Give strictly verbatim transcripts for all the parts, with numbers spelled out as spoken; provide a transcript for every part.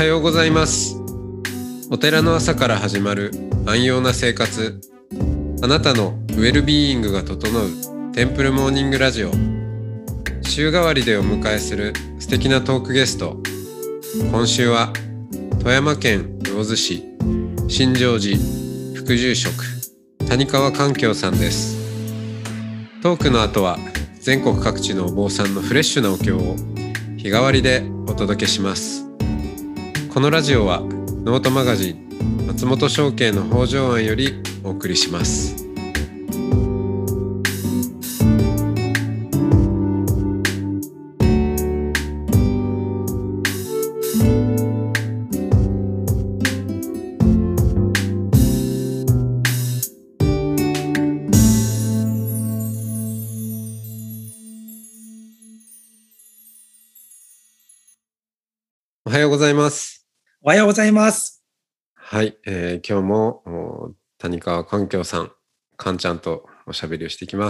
ようございます。お寺の朝から始まる安養な生活、あなたのウェルビーイングが整うテンプルモーニングラジオ。週替わりでお迎えする素敵なトークゲスト。今週は富山県魚津市新城寺副住職谷川寛教さんです。トークの後は全国各地のお坊さんのフレッシュなお経を日替わりでお届けします。このラジオはノートマガジン松本商家の北条庵よりお送りします。おはようございます。 おはようございます。 はい、えー、今日も谷川寛教さん、かんちゃんとおしゃべりをしていきます。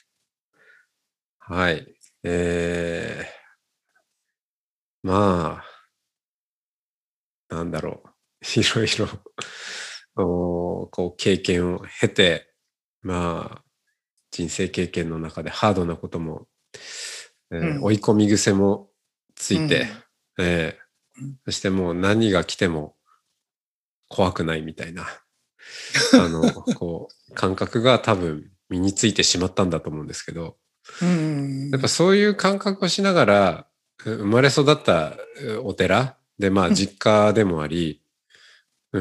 はい、えー、まあなんだろう、いろいろこう経験を経て、まあ人生経験の中でハードなことも、えーうん、追い込み癖もついて、うんえーうん、そしてもう何が来ても怖くないみたいなあのこう感覚が多分身についてしまったんだと思うんですけど、 うんやっぱそういう感覚をしながら生まれ育ったお寺で、まあ実家でもあり、うん、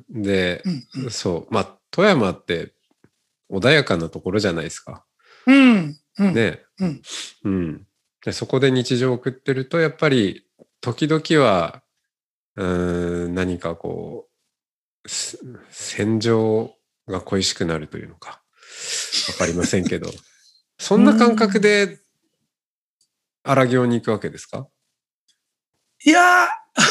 で、うんうん、そうまあ富山って穏やかなところじゃないですか。 うんうん、 ね、 うんうん、でそこで日常を送ってるとやっぱり時々はうーん何かこう戦場が恋しくなるというのかわかりませんけどそんな感覚で荒行に行くわけですか？ いや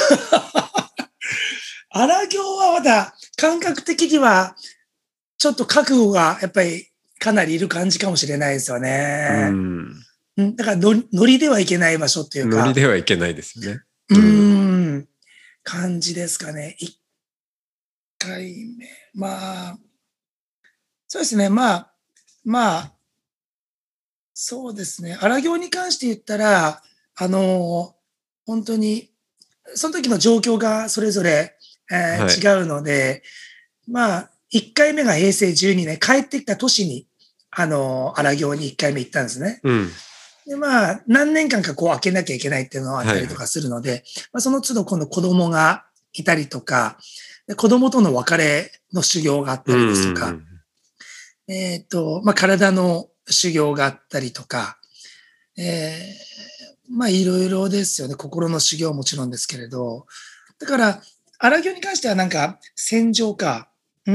荒行はまだ感覚的にはちょっと覚悟がやっぱりかなりいる感じかもしれないですよね。うん、だからノリ、ノリではいけない場所っていうか。 ノリではいけないですよね。 うん、うん感じですかね。一回目。まあ、そうですね。まあ、まあ、そうですね。荒行に関して言ったら、あの、本当に、その時の状況がそれぞれ、えーはい、違うので、まあ、いっかいめがへいせいじゅうにねん、帰ってきた年に、あの、荒行にいっかいめ行ったんですね。 うん、で、 まあ、何年間かこう開けなきゃいけないっていうのがあったりとかするので、はいはいまあ、その都度今度子供がいたりとか、子供との別れの修行があったりですとか、えっと、まあ、体の修行があったりとか、えー、まあ、いろいろですよね。心の修行はもちろんですけれど。だから、荒行に関してはなんか、戦場か。うん。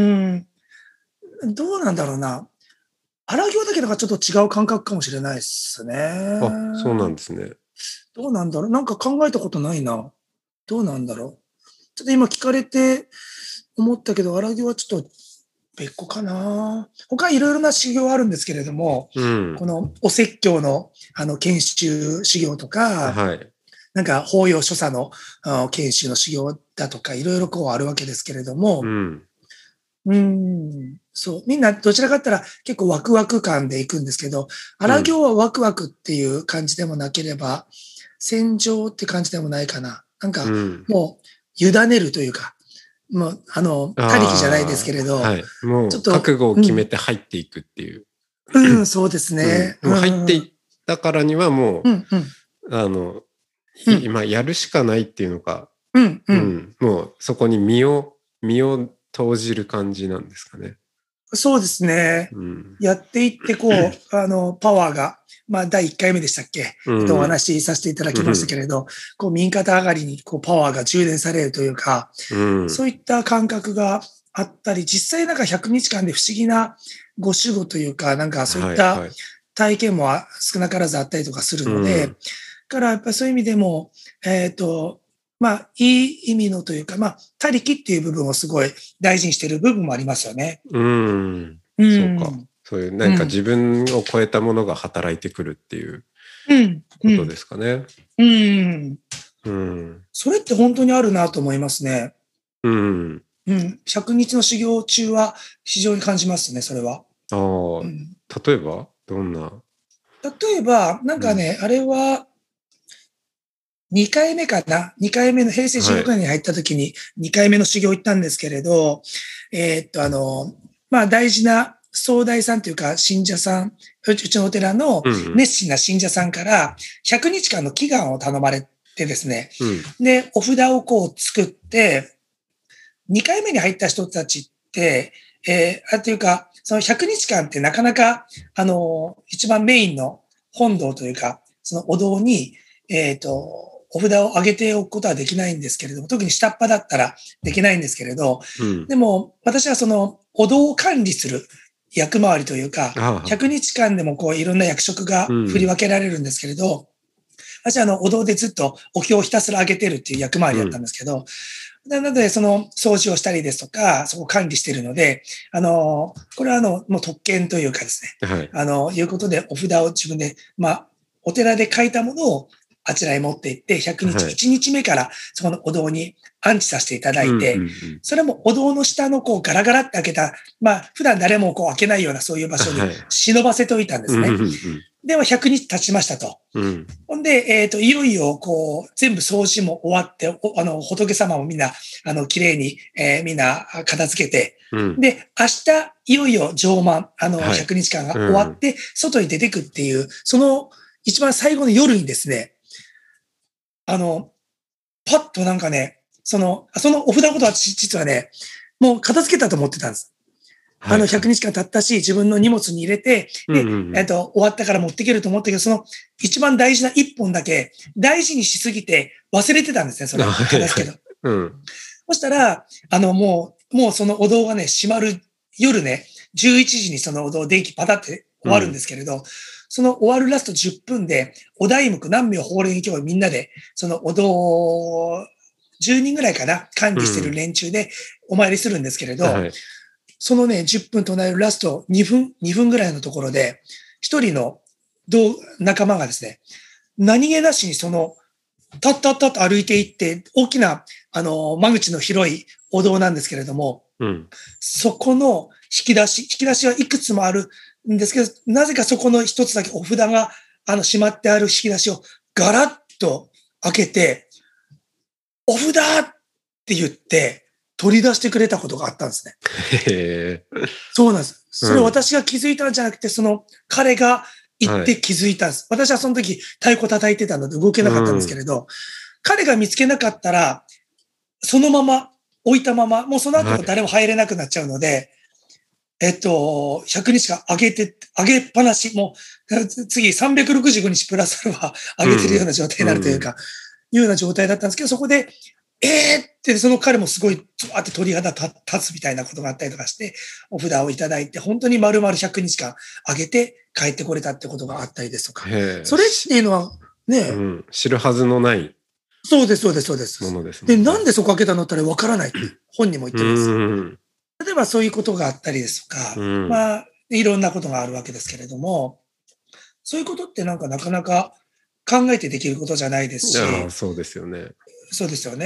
どうなんだろうな。荒行だけなんかちょっと違う感覚かもしれないですね。 あ、そうなんですね。 どうなんだろう。なんか考えたことないな。どうなんだろう。ちょっと今聞かれて思ったけど、荒行はちょっと別個かな。他いろいろな修行あるんですけれども、うん、このお説教のあの研修修行とか、はい、なんか法要所作の研修の修行だとか、いろいろこうあるわけですけれども、うん、うんそう、みんなどちらかって言ったら結構ワクワク感で行くんですけど、荒行はワクワクっていう感じでもなければ、戦場って感じでもないかな。なんかもう委ねるというか、もう、あの、他力じゃないですけれど、 はい、もう覚悟を決めて入っていくっていう。 うん、うん、そうですね。 うん、もう入っていったからにはもう、うんうん、あの、うん、今やるしかないっていうのか、 うんうんうん、もうそこに身を、身を投じる感じなんですかね。 そうですね。うん、やっていってこう、あの、パワーが、まあ、だいいっかいめでしたっけ、うん、とお話しさせていただきましたけれど、うん、こう、右肩上がりに、こう、パワーが充電されるというか、うん、そういった感覚があったり、実際なんかひゃくにちかんで不思議なご守護というか、なんかそういった体験も少なからずあったりとかするので、うん、からやっぱりそういう意味でも、えっと、まあ、いい意味のというか、まあ、他力っていう部分をすごい大事にしている部分もありますよね。 うん。うん、そうか。そういう、なんか自分を超えたものが働いてくるっていうことですかね。 うん。うん。うん、 それって本当にあるなと思いますね。 うん。 うん。ひゃくにちの修行中は非常に感じますね、それは。 ああ、 うん、 例えばどんな。 例えば、なんかね、うん、あれは、にかいめかな ?に 回目の平成じゅうろくねんに入った時ににかいめの修行行ったんですけれど、えー、っと、あの、まあ大事な総大さんというか信者さん、うちのお寺の熱心な信者さんからひゃくにちかんの祈願を頼まれてですね、うん、で、お札をこう作って、にかいめに入った人たちって、えー、あというか、そのひゃくにちかんってなかなか、あの、一番メインの本堂というか、そのお堂に、えっと、お札を上げておくことはできないんですけれども、特に下っ端だったらできないんですけれど、うん、でも私はそのお堂を管理する役回りというか、ひゃくにちかんでもこういろんな役職が振り分けられるんですけれど、うん、私はあのお堂でずっとお経をひたすら上げてるっていう役回りだったんですけど、うん、なのでその掃除をしたりですとか、そこを管理しているので、あの、これはあの、もう特権というかですね、はい、あの、いうことでお札を自分で、まあ、お寺で書いたものをあちらへ持って行って、ひゃくにち、はい、いちにちめからそこのお堂に安置させていただいて、うんうんうん、それもお堂の下のこうガラガラって開けた、まあ普段誰もこう開けないようなそういう場所に忍ばせておいたんですね。はい、うんうんうん、ではひゃくにち経ちましたと。うん、ほんで、えっと、いよいよこう全部掃除も終わって、あの仏様もみんな、あの綺麗に、えー、みんな片付けて、うん、で、明日いよいよ上満、あのひゃくにちかんが終わって、外に出てくっていう、その一番最後の夜にですね、あの、パッとなんかね、その、そのお札のことは実はね、もう片付けたと思ってたんです。はい、あの、ひゃくにちかん経ったし、自分の荷物に入れて、で、うんうんうん、えっと、終わったから持っていけると思ったけど、その一番大事な一本だけ大事にしすぎて忘れてたんですね、それ。片付けた。うん、そしたら、あの、もう、もうそのお堂がね、閉まる夜ね、じゅういちじにそのお堂電気パタって終わるんですけれど、うん、その終わるラストじゅっぷんで、お題目何名法蓮教をみんなで、そのお堂、じゅうにんぐらいかな、管理してる連中でお参りするんですけれど、うんはい、そのね、じゅっぷん唱えるラストにふん、にふんぐらいのところで、一人の同仲間がですね、何気なしにその、たったったと歩いていって、大きな、あの、間口の広いお堂なんですけれども、うん、そこの引き出し、引き出しはいくつもあるんですけど、なぜかそこの一つだけお札が、あの、しまってある引き出しをガラッと開けて、お札って言って取り出してくれたことがあったんですね。へそうなんです。それを私が気づいたんじゃなくて、その彼が行って気づいたんです。はい、私はその時太鼓叩いてたので動けなかったんですけれど、うん、彼が見つけなかったら、そのまま置いたまま、もうその後も誰も入れなくなっちゃうので、はい、えっと、ひゃくにちか上げて、上げっぱなし、もう次さんびゃくろくじゅうごにちプラスアルファ上げてるような状態になるというか、うんうんいうような状態だったんですけど、そこで、えーって、その彼もすごい、あって鳥肌立つみたいなことがあったりとかして、お札をいただいて、本当に丸々ひゃくにちかんあげて帰ってこれたってことがあったりですとか。それっていうのはね、うん、 知るはずのない。 そうです、そうです、そうです。ものですもんね。で、なんでそこ開けたのってわからないって本人も言ってるんですよ。例えばそういうことがあったりですとか、うん、まあ、いろんなことがあるわけですけれども、そういうことってなんかなかなか、考えてできることじゃないですし。 ああ、そうですよね。 そうですよね。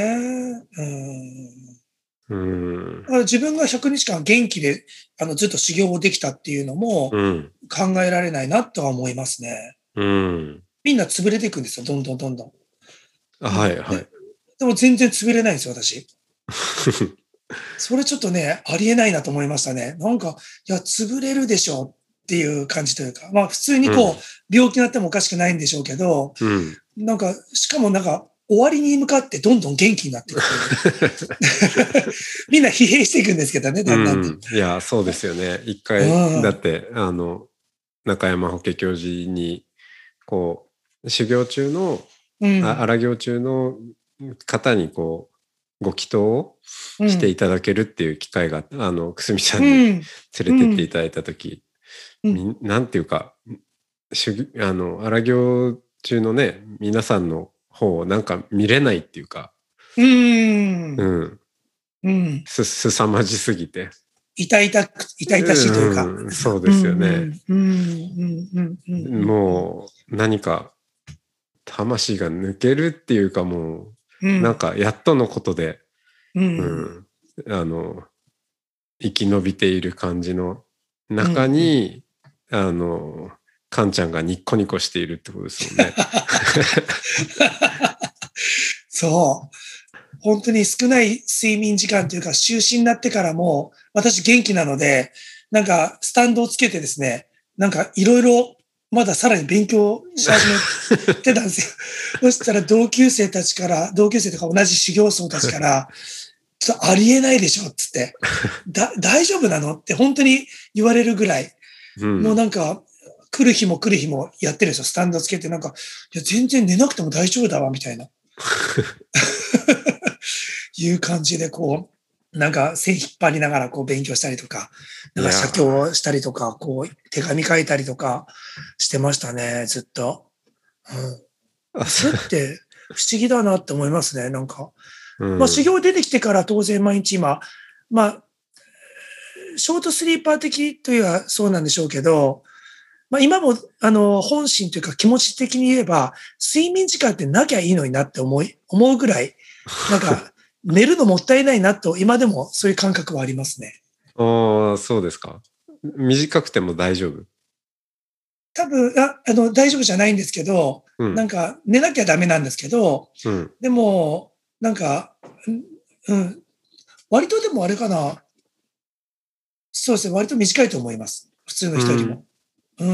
うん。うん。だから自分がひゃくにちかん元気で、あの、ずっと修行をできたっていうのも、考えられないなとは思いますね。うん。みんな潰れていくんですよ、どんどんどんどん。 あはいはいで。 でも全然潰れないんですよ、私。それちょっとね、ありえないなと思いましたね。なんか、いや、潰れるでしょっていう感じというか、まあ普通にこう、うん、病気になってもおかしくないんでしょうけど、うん、なんか、しかもなんか、終わりに向かってどんどん元気になっていく。みんな疲弊していくんですけどね、だんだんと。 うん、いや、そうですよね。一回、だって、あの、中山法華教授に、こう、修行中の、うん、荒行中の方に、こう、ご祈祷をしていただけるっていう機会が、うん、あの、くすみさんに連れてっていただいたとき、うんうん、なんていうか、あの、荒行中のね、皆さんの方をなんか見れないっていうか、うん。うん。うん。す、すさまじすぎて。 痛々、痛々しいというか。 うん、そうですよね。もう、何か、魂が抜けるっていうかもう、 うん、 なんかやっとのことで、 うんうん、あの生き延びている感じの中うんうん、 に、あのカンちゃんがニッコニコしているってことですもんね。 そう。本当に少ない睡眠時間というか、就寝になってからも、私元気なので、なんかスタンドをつけてですね、なんかいろいろまださらに勉強し始めてたんですよ。そしたら同級生たちから、同級生とか同じ修行僧たちから、ちょっとありえないでしょっつって、だ、大丈夫なのって本当に言われるぐらい、 うん、 もうなんか、来る日も来る日もやってるんですよ。スタンドつけて、なんか、いや、全然寝なくても大丈夫だわ、みたいな。いう感じで、こう、なんか線引っ張りながらこう勉強したりとか、なんか写いや経したりとか、こう手紙書いたりとかしてましたね、ずっと。 あ、 うん、それって不思議だなって思いますね、なんか。 うまあ修ん、 行出てきてから当然毎日今、まあ、ショートスリーパー的というのはそうなんでしょうけど、まあ今も、あの、本心というか気持ち的に言えば、睡眠時間ってなきゃいいのになって思い、思うぐらい、なんか、寝るのもったいないなと、今でもそういう感覚はありますね。 ああ、そうですか。短くても大丈夫。 多分、あ、あの、大丈夫じゃないんですけど、 うん、 なんか、寝なきゃダメなんですけど、 うん。 でも、なんか、うん、うん、割とでもあれかな。そうですね、割と短いと思います。普通のうん。 人よりも。うん。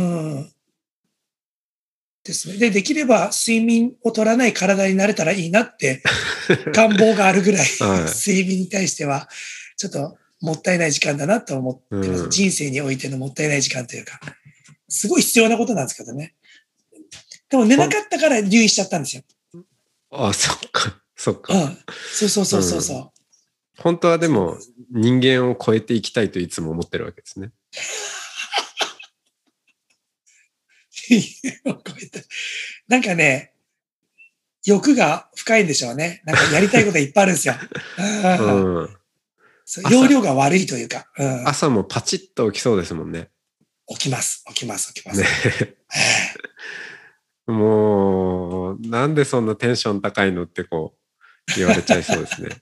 ですね。で、できれば睡眠を取らない体になれたらいいなって願望があるぐらいはい。 睡眠に対しては、ちょっともったいない時間だなと思うってます。 ん。 人生においてのもったいない時間というか、すごい必要なことなんですけどね。でも寝ほん、 なかったから入院しちゃったんですよ。 あ、そっか、そっか。 うん。そうそうそうそううん。 そう。 本当はでもそうなんです。 人間を超えていきたいといつも思ってるわけですね。 なんかね、欲が深いんでしょうね。なんかやりたいこといっぱいあるんですよ。うん、 うん。 そう、容朝、 量が悪いというか、うん、 朝もパチッと起きそうですもんね。 起きます、起きます、起きまね。 す。はもう、なんでそんなテンション高いのってこう言われちゃいそうですね。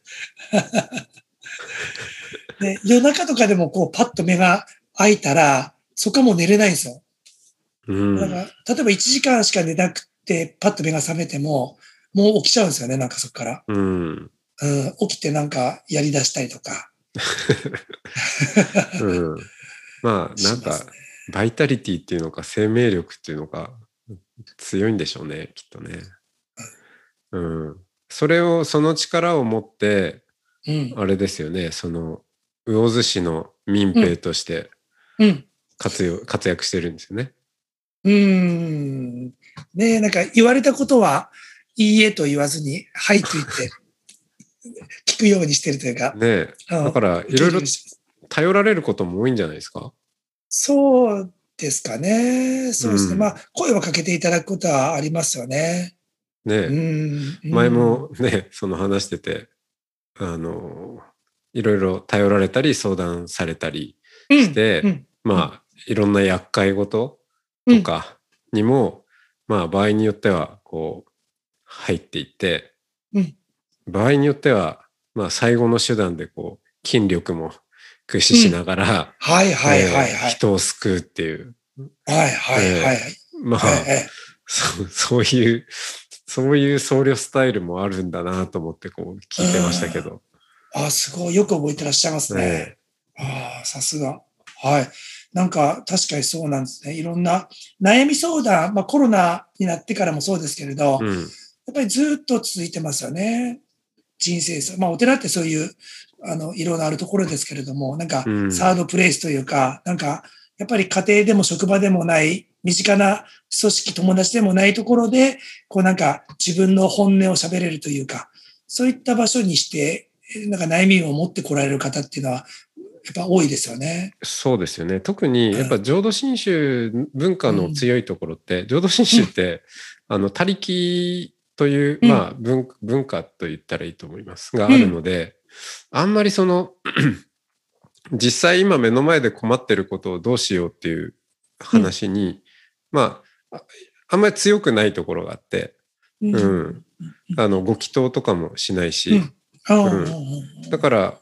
いで、夜中とかでもこうパッと目が開いたら、そこはもう寝れないんですよ。 うん。 だから、例えばいちじかんしか寝なくて、パッと目が覚めても、もう起きちゃうんですよね、なんかそこから。 うん。 うん、起きてなんかやり出したりとかうん。まあ、なんか、 しますね。 バイタリティっていうのか、生命力っていうのか、強いんでしょうね、きっとね。うん。それを、その力を持って、 うん、 あれですよね、その、魚津市の民兵うん、 としてうん、 活用、活躍してるんですよね。 うーん。ねえ、なんか言われたことは、いいえと言わずに、はいと言って聞くようにしてるというか、 ねえ。 うん、 だから、い受けろいろるようにしてます。 頼られることも多いんじゃないですか。 そうですかね。 うそうですね。まあ、 ん。 声をかけていただくことはありますよね。うねえ。 ん、う前ん、 もね、その話してて、あの、いろいろ頼られたり相談されたりうん、うして、 ん、うん、 まあ、いろんな厄介事うん、 とかにも、まあ、場合によっては、こう、入っていって、 うん。 場合によっては、まあ、最後の手段で、こう、筋力も駆使しなうん。 がら、 はいはいはいはい。 えー人を救うっていう、 はいはいはえいはい。 ーまはい、 あ、 えそう、そういう、そういう僧侶スタイルもあるんだなと思って、こう、 え、 聞いてましたけど、 うん。あ、すごい。よく覚えてらっしゃいますね。 えああ、さすが。はい。なんか、確かにそうなんですね。いろんな悩み相談、まあコロナになってからもそうですけれど、 ーうん、 やっぱりずっと続いてますよね。人生さ、まあお寺ってそういう、あの、いろんなあるところですけれども、なんか、 うん、 サードプレイスというか、なんか、やっぱり家庭でも職場でもない、身近な組織、友達でもないところで、こうなんか自分の本音を喋れるというか、そういった場所にして、なんか悩みを持ってこられる方っていうのは、やっぱ多いですよね。 そうですよね。特に、やっぱ浄土真宗文化うん、 の強いところって、浄土真うん、 宗って、あの、他力という、 うん、 まあ、文、文化と言ったらいいと思いますが、あるうん、 ので、あんまりその、実際今目の前で困ってることをどうしようっていううん、 話に、まあ、ああんまり強くないところがあって、 うん、 うん。 あの、ご祈祷とかもしないし、 うんあうんーだから、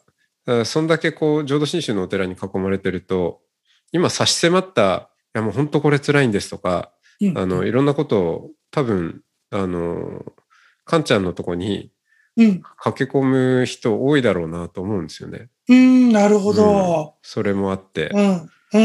そんだけこう、浄土真宗のお寺に囲まれてると、今差し迫った、いやもう本当これ辛いんですとか、 うんあの、いろんなことを多分、あの、カンちゃんのとこにうん駆け込む人多いだろうなと思うんですよね。 うん、なるほうん。 ど。 それもあって。 うん。ううん。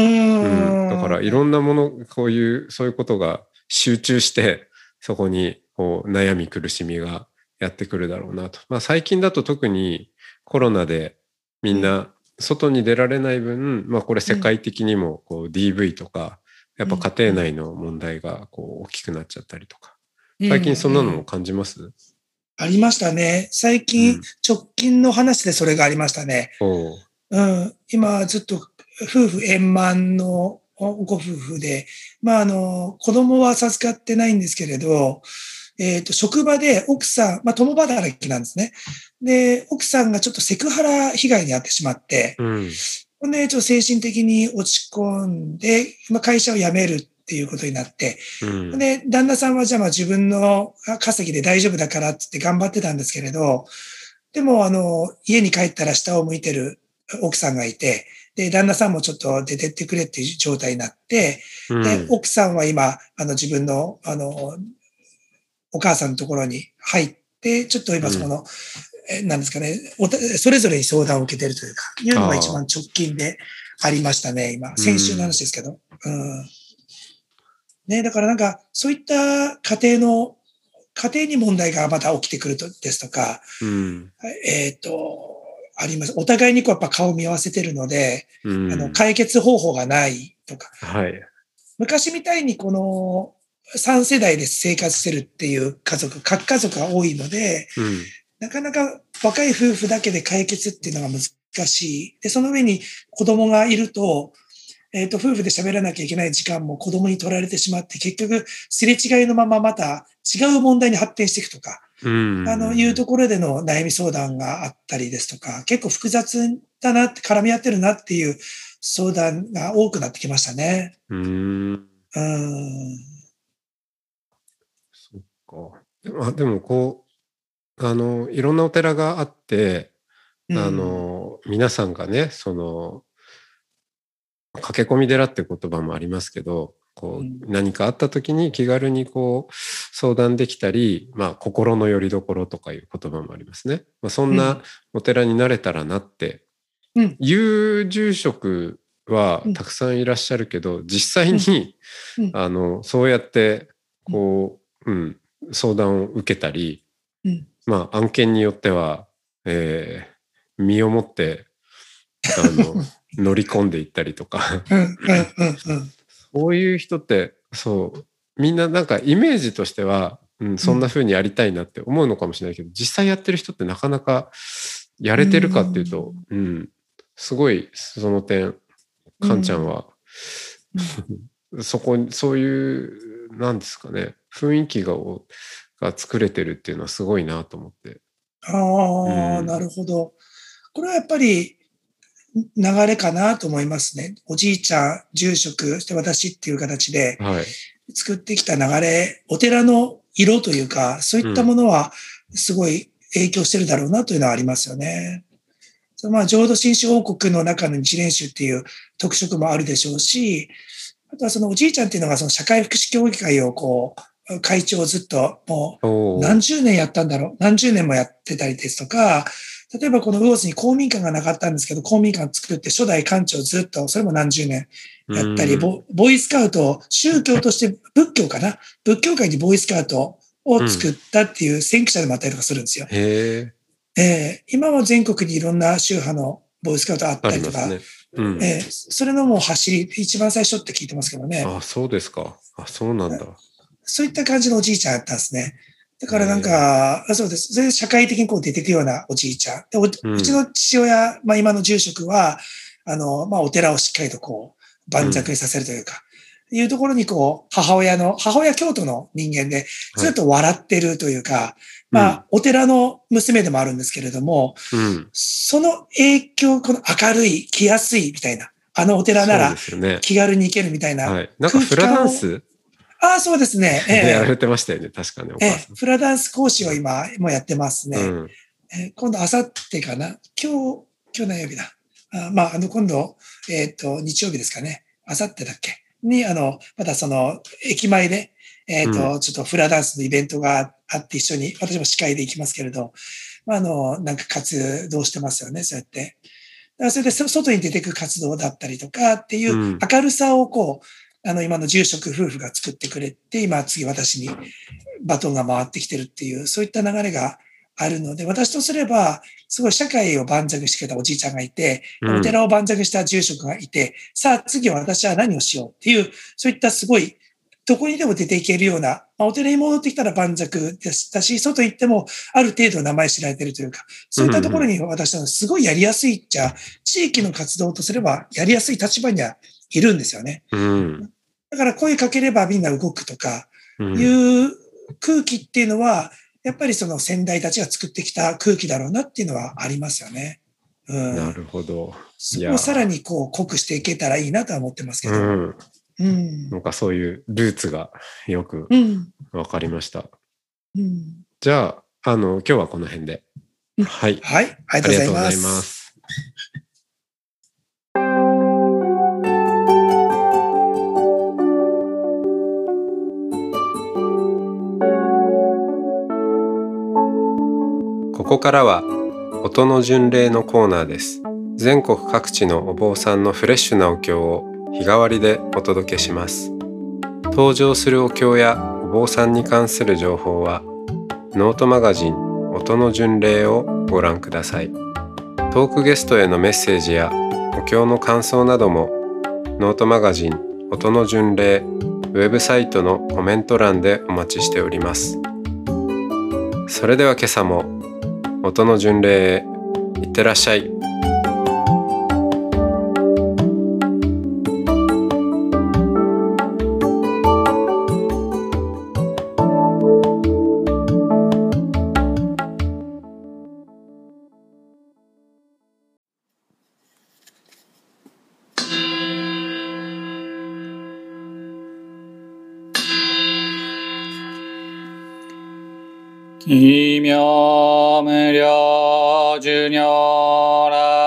だからいろーん。 んなもの、こういう、そういうことが集中して、そこにこう悩み苦しみがやってくるだろうなと。まあ最近だと特にコロナでみんな外に出られない分、まあこれ世界的にもこう ディーブイ とか、やっぱ家庭内の問題がこう大きくなっちゃったりとか。 うん最近そんなのもうん感じます？ ありましたね。最近、 うん。 直近の話でそれがありましたね。 おう。 うん。今、ずっと夫婦円満のご夫婦で、まあ、あの、子供は授かってないんですけれど、えっと、職場で奥さん、まあ、共働きなんですね。で、奥さんがちょっとセクハラ被害に遭ってしまって、 うん。 ほんで、ちょっと精神的に落ち込んで、まあ、会社を辞めるっていうことになって、 うん。 で、旦那さんはじゃあまあ自分の稼ぎで大丈夫だからって言って頑張ってたんですけれど、でもあの、家に帰ったら下を向いてる奥さんがいて、で、旦那さんもちょっと出てってくれっていう状態になって、で、 うん。 奥さんは今、あの自分の、あの、お母さんのところに入って、ちょっと今うん。 そこの、えなんですかね、おたそれぞれに相談を受けてるというか、いうのが一ああ。 番直近でありましたね、今。 う先週のん。 話ですけど。うん。ね、だからなんか、そういった家庭の、家庭に問題がまた起きてくるとですとか、 うん。 えっと、あります。お互いにこうやっぱ顔を見合わせてるので、 うあの、 ん。 解決方法がないとか、 はい。 昔みたいにこのさん世代で生活してるっていう家族、核家族が多いので、 うん。 なかなか若い夫婦だけで解決っていうのが難しい。で、その上に子供がいると、えっ、と、夫婦で喋らなきゃいけない時間も子供に取られてしまって、結局、すれ違いのまままた違う問題に発展していくとか、 うあの、いうん。 ところでの悩み相談があったりですとか、結構複雑だなって、絡み合ってるなっていう相談が多くなってきましたね。 うん。 うん。 そっか。まあ、でもこう、あの、いろんなお寺があって、あうん。 の、皆さんがね、その、駆け込み寺って言葉もありますけど、こうん。 う、何かあった時に気軽にこう、相談できたり、まあ、心の拠り所とかいう言葉もありますね。まあ、そんなうん。 お寺になれたらなってうん。 いう住職はうん。 たくさんいらっしゃるけど、実際うん。 に、 うん。 あの、そうやって、 うん。 こう、うん、相談を受けたり、 うん。 まあ、案件によっては、えー身をもって、あの、乗り込んでいったりとか、 うん。うん。うん。 そういう人って、そう、みんななんかイメージとしては、うん、そんな風にやりたいなって思うのかもしれないけど、実際やってる人ってなかなかやうれてるかっていうと、 ん。 うん、すごいその点、 うカンちゃんん。 は、そこに、そういう、なんですかね、雰囲気が、が作れてるっていうのはすごいなと思って。うああ、なん。 るほど。これはやっぱり流れかなと思いますね。おじいちゃん、住職、そして私っていう形ではい。 作ってきた流れ、お寺の色というか、そういったうん。 ものはすごい影響してるだろうなというのはありますよね。まあ、浄土真宗王国の中の日蓮宗っていう特色もあるでしょうし、あとはそのおじいちゃんっていうのがその社会福祉協議会をこう、会長をずっともおう何お。 十年やったんだろう。何十年もやってたりですとか、例えばこの魚津に公民館がなかったんですけど、公民館作って初代館長をずっと、それも何十年うやったり、 ん。 ボボーイスカウト、宗教として仏教かな仏教界にボーイスカウトを作っうん。 たっていう先駆者でもあったりとかするんですよ。 へえ、 えー今は全国にいろんな宗派のボーイスカウトあっあたりとか、 りますね。うん。 えーそれのもう走り、一番最初って聞いてますけどね。 あ、そうですか。あ、そうなんだ。 そういった感じのおじいちゃんやったんですね。だへからなんえ。 か、そうです。それで社会的にこう出ていくようなおじいちゃん。でおううん。 ちの父親、まあ今の住職は、あの、まあお寺をしっかりとこう、 うん。 盤石にさせるというか、いうところにこう、母親の、母親京都の人間で、 はい。 ずっと笑ってるというか、 うん。 まあ、お寺の娘でもあるんですけれども、 うん。 その影響、この明るい、来やすいみたいな、あのお寺なそうらですよね。 気軽に行けるみたいなはい。なんか空気フラダ感をンスああ、そうですね。えやらえれてましたよね、確かね、おえ母さん。 えフラダンス講師を今、もうやってますね。 うん。 えー今度、あさってかな。今日、今日何曜日だ。あまあ、あの、今度、えっ、と、日曜日ですかね。あさってだっけに、あの、またその、駅前で、えっ、と、 うんちょっとフラダンスのイベントがあって一緒に、私も司会で行きますけれど、まあ、あの、なんか活動してますよね、そうやって。だからそれでそ外に出ていく活動だったりとかっていううん明るさをこう、あの、今の住職夫婦が作ってくれて、今次私にバトンが回ってきてるっていう、そういった流れがあるので、私とすれば、すごい社会を盤石してたおじいちゃんがいて、 うんお寺を盤石した住職がいて、さあ次は私は何をしようっていう、そういったすごい、どこにでも出ていけるような、まあ、お寺に戻ってきたら盤石でしたし、外行ってもある程度名前知られてるというか、そういったところに私はすごいやりやすいっちゃ、地域の活動とすればやりやすい立場にはいるんですよね。 うんだから声かければみんな動くとか、いうんう空気っていうのは、やっぱりその先代たちが作ってきた空気だろうなっていうのはありますよね。うん。 なるほど。いそこやをさらにこう濃くしていけたらいいなとは思ってますけど。 うん。 うん。 なんかそういうルーツがよくうん。 わかりました。 うん。 じゃあ、あの、今日はこの辺で。 うんはい。 はい。ありがとうございまありがとうございます。ここからは音の巡礼のコーナーです。全国各地のお坊さんのフレッシュなお経を日替わりでお届けします。登場するお経やお坊さんに関する情報はノートマガジン音の巡礼をご覧ください。トークゲストへのメッセージやお経の感想などもノートマガジン音の巡礼ウェブサイトのコメント欄でお待ちしております。それでは今朝も音の巡礼へいってらっしゃい。 奇妙無量寿如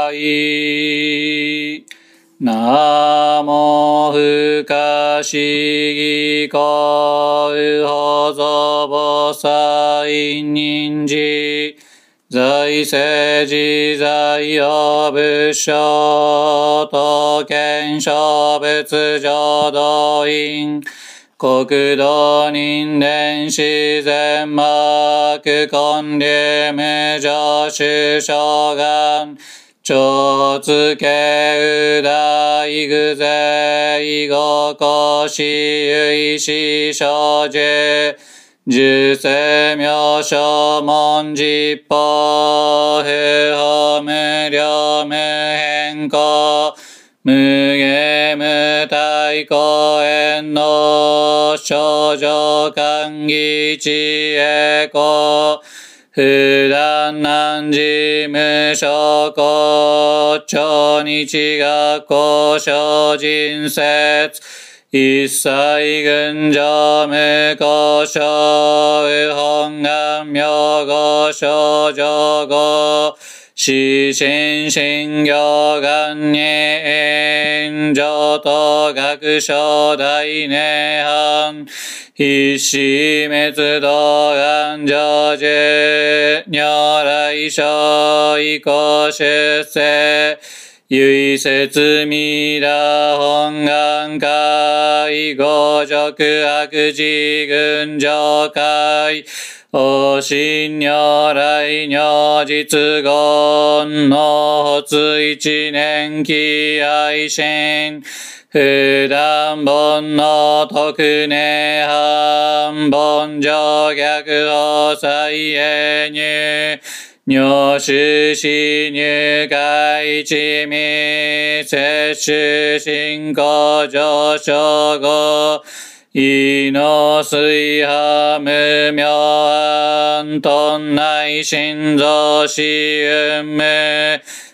来。南無不可思議光右法蔵菩薩忍寺。在世自在用仏性と見性仏浄土院。国土人伝自然幕根流無常種障眼超つけう大具税五個死有死小樹十世名称文実法不法無量無変更無下無体公園の少女歓喜知恵子普段難事無所公超日学校小人説一切群上無故障右本願名号少女語死心心行願に上等学章大涅槃必死滅道願成就如来所以降出世唯説弥陀本願会五辱悪事群上会お心如来如実言の発一年期愛心普段本の特涅槃本上逆法再永入入手死入会一味摂取進行上昇後異の水波無明暗頓内心臓死運無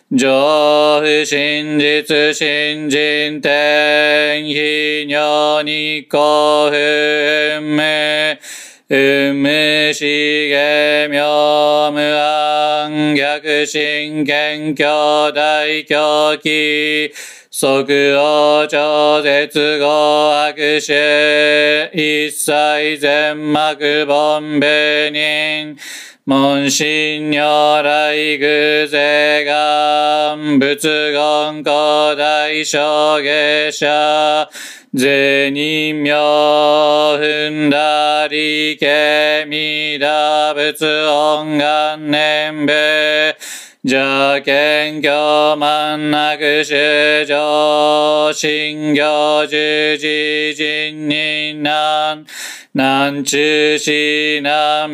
上不真実新人天非如日光不運無運無しげ妙無暗逆真剣教大狂気即応超絶合悪臭一切全幕凡米人門心如来偶税願仏言古代小下者税人名踏んだりけみだ仏音願念仏邪見教満なく修上信行十字人人難南中市南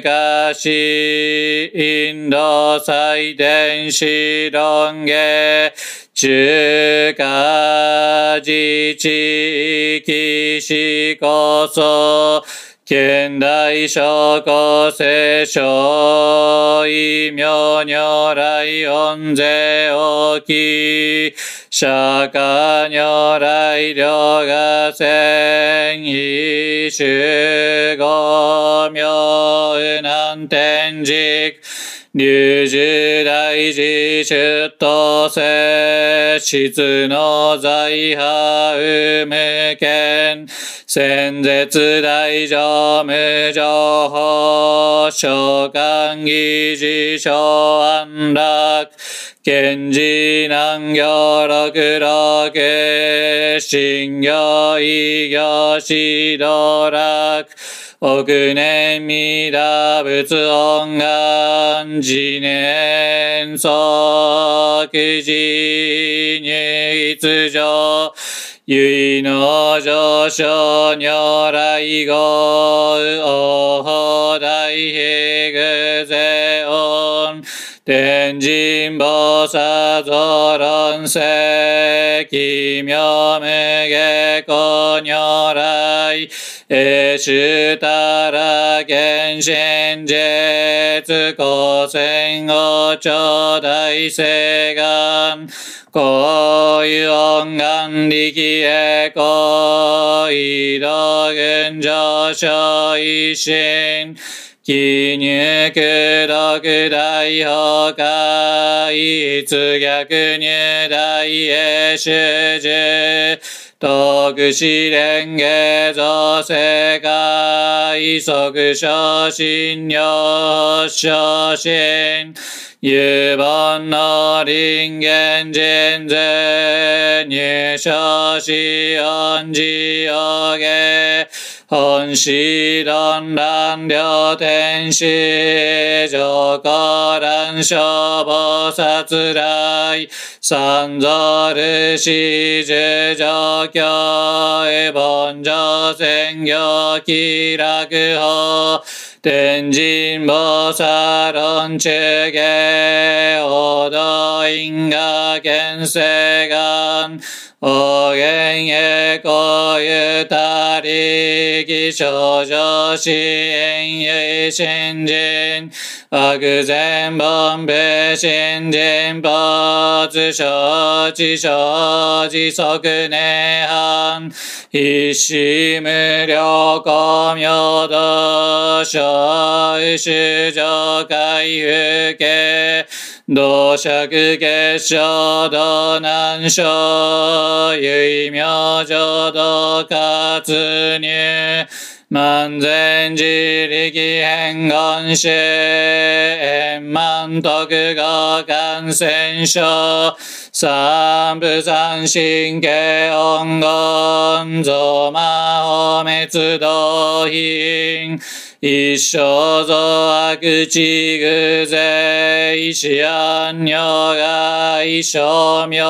昔インド祭典史論下中華自治域史こそ現代諸古聖書異名如来恩税大き釈迦如来両が千異種五名南天竺龍樹大寺出頭世質の財派有無権先絶大乗無情報召喚議事小安楽賢治難行六六信行異行指導楽億年弥陀仏音願次年即時入一上唯の上昇如来語王法大悲偶税音天神菩薩増論世奇妙無下古如来永主たら現身絶古戦後頂大誓願こういう音願力へこう移動群上昇一心記入苦毒大崩壊一逆入大へ主従徳試練下造世界即昇進領昇進有本の人間人税入昇し恩寺を下本師論乱両天使上皇乱消菩薩来三蔵ルシ十上教へ凡上宣行気楽法天神菩薩論中下王道因果現世願お元へこゆたりき少女支援ゆ新人悪善凡部新人没承知承知即涅槃一子無量光明道小主上回復家道釈結晶道難所唯明浄土活入万全自力変願主円満徳合感染症三部三神経音言増魔法滅道品一生増悪地偶税死安如が一生妙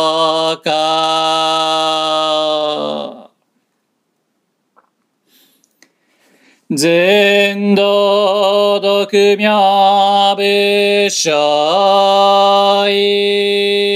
化全道独妙仏性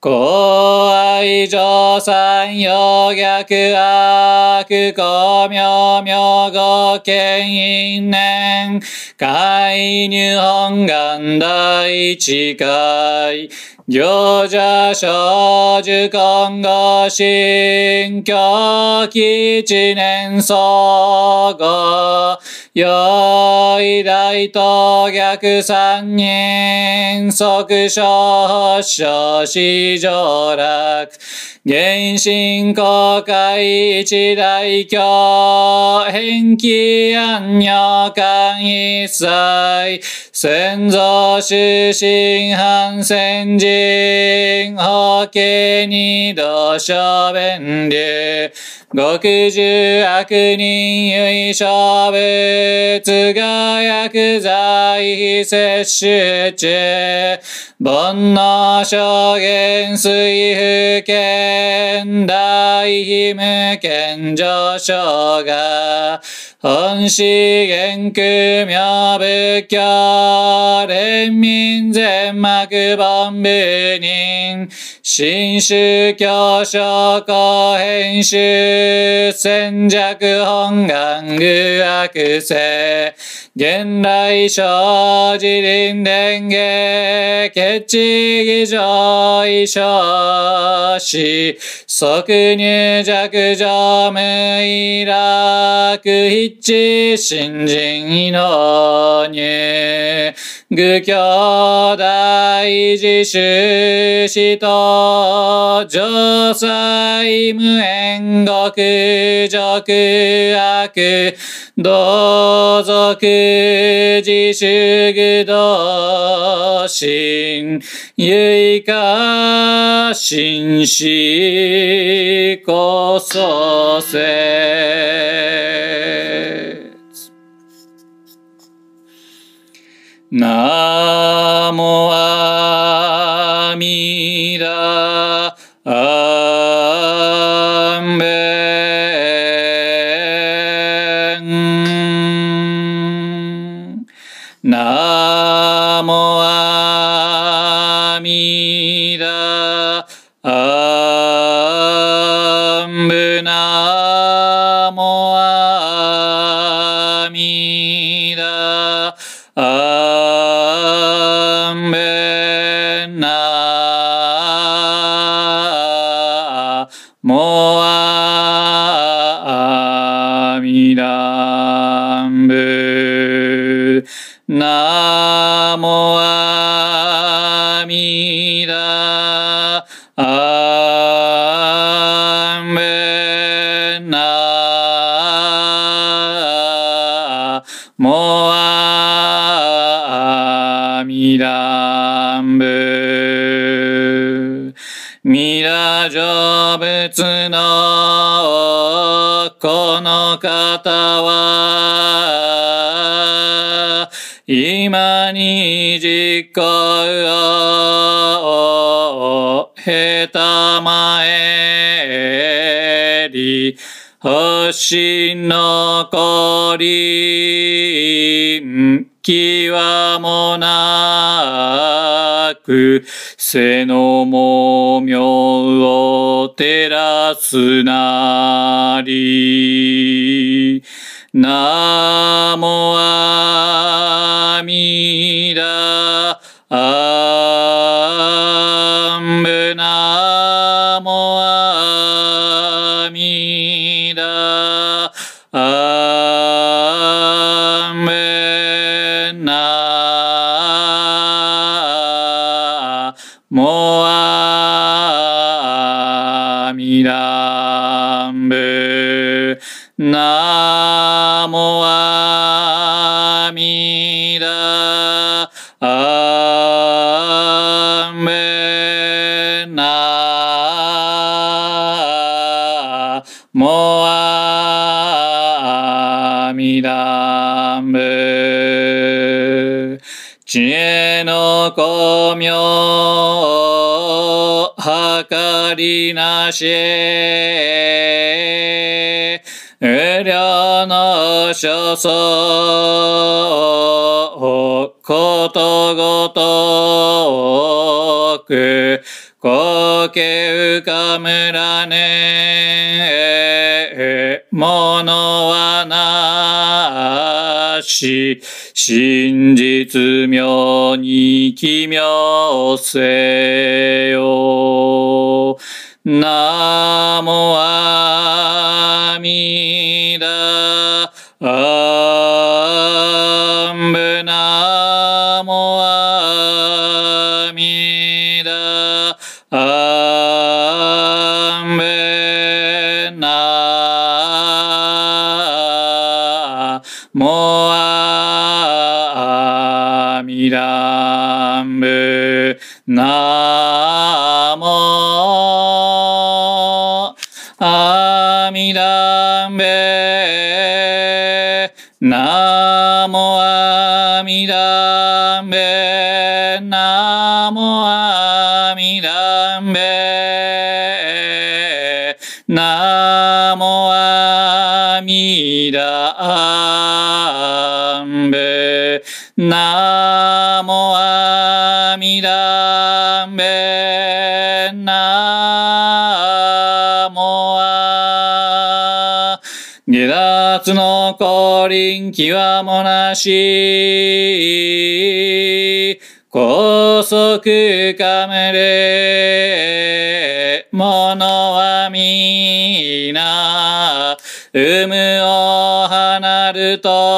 公愛上三陽逆悪公明明語権因年海入本願第一回行者小樹今後新教基一年総合よい大と逆三人即小小市上楽原神公開一大教返帰安女間一切先祖出身反戦人法華二度小弁流極重悪人唯小物が薬剤摂取中煩悩諸言水不見大非無見上昇が本資源空明仏教連民全幕本部人新宗教諸公編集戦弱本願具悪性現来生自輪伝下決地儀上異生死即入弱上無意楽一致新人異能入愚教大自主死と上妻無縁極辱悪同族自主愚道心唯か心死こそせナモアミダアンベンナモアミダアンブナモアミダアンベナモアミダンブナモアミダアンベナモアミダンブミラ成仏のこの方は今に実行を経たまえり星のこり際もなく背のもみょを照らすなりナモアミダアンブナモアミダアンベナモアミダンブナモアミダアンベナモアミダンブ知恵の光明計りなし無量の所相ことごとくこけうかむらねものはなし真実妙に奇妙せよなもあみだあんぶなもあみだあんべなもあみだんぶなもあみだんべなもあみだんべなもあみだんべなもあみだんべなもあみだんべなもあ下脱の降臨極もなし高速かめれものはみな有無を離る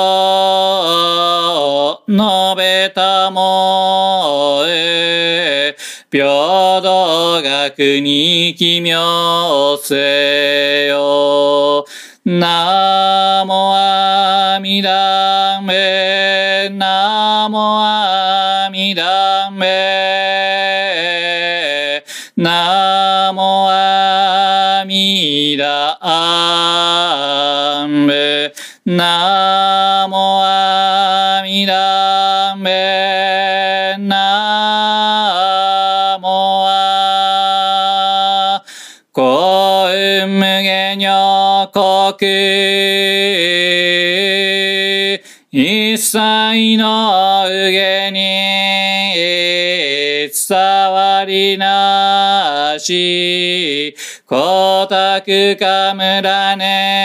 と述べたもえ平等学に奇妙せよなもあみだんべなもあみだんべなもあみだんべなもあみだんべなもあ幸運無限女国一切のうげに伝わりなし光沢かむら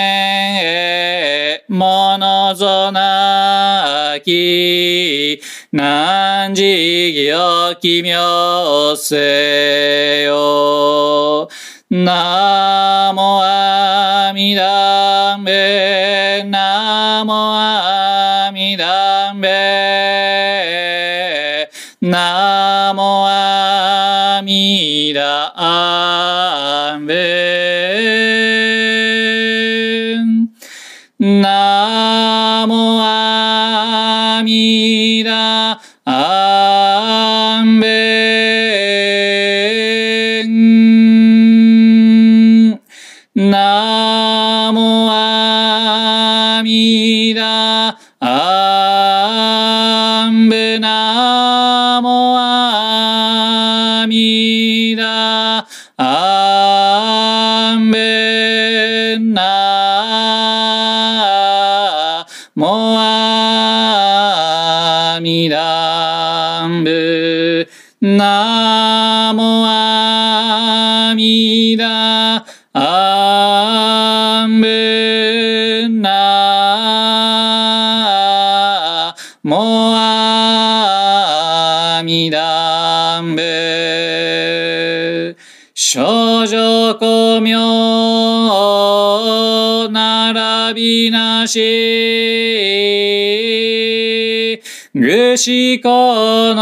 ねものぞなき何時義を奇妙せよなもあみだんべなもあみだんべなもあみだんべなもあみだんべなもあみだんべなもあみだんべなもあみだんべなもあみだあんべなもあみだんべ少女光明並びなしぐしこ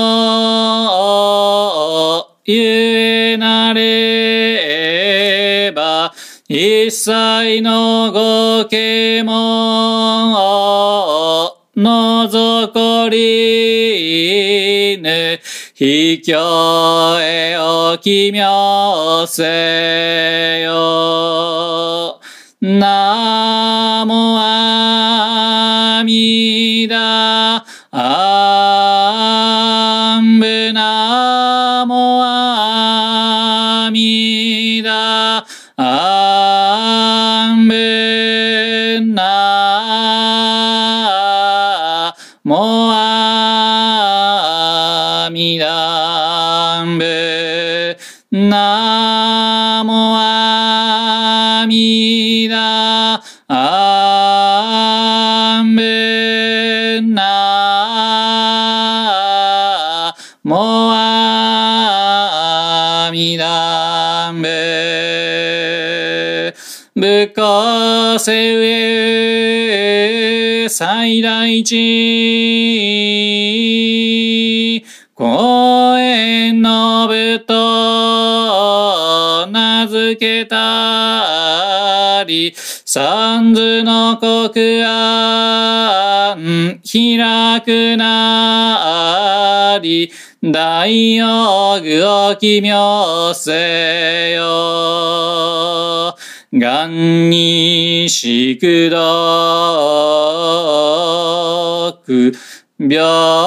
のゆえなれば一切のご啓蒙のぞこりぬ秘境へお奇妙せよなもあみだあんぶなもあみだあんぶなもあみだんぶあんぶなもあみだんぶぶっこせう最大地公園のぶと名付けたり三途の国安開くなり大王具を奇妙せよ願にしくどく平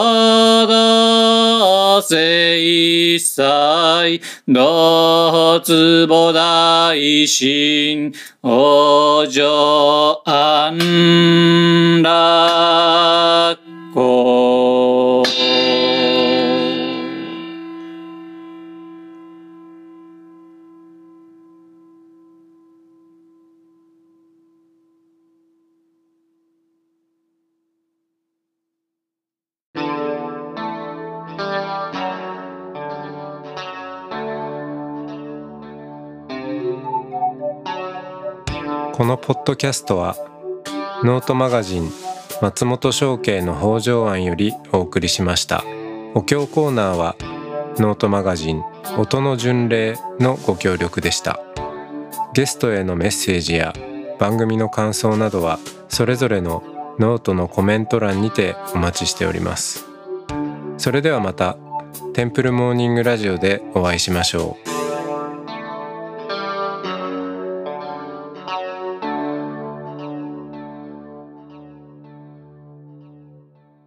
等正妻同坪大神往生安楽公。 このポッドキャストはノートマガジン松本商家の北条庵よりお送りしました。お経コーナーはノートマガジン音の巡礼のご協力でした。ゲストへのメッセージや番組の感想などはそれぞれのノートのコメント欄にてお待ちしております。それではまたテンプルモーニングラジオでお会いしましょう。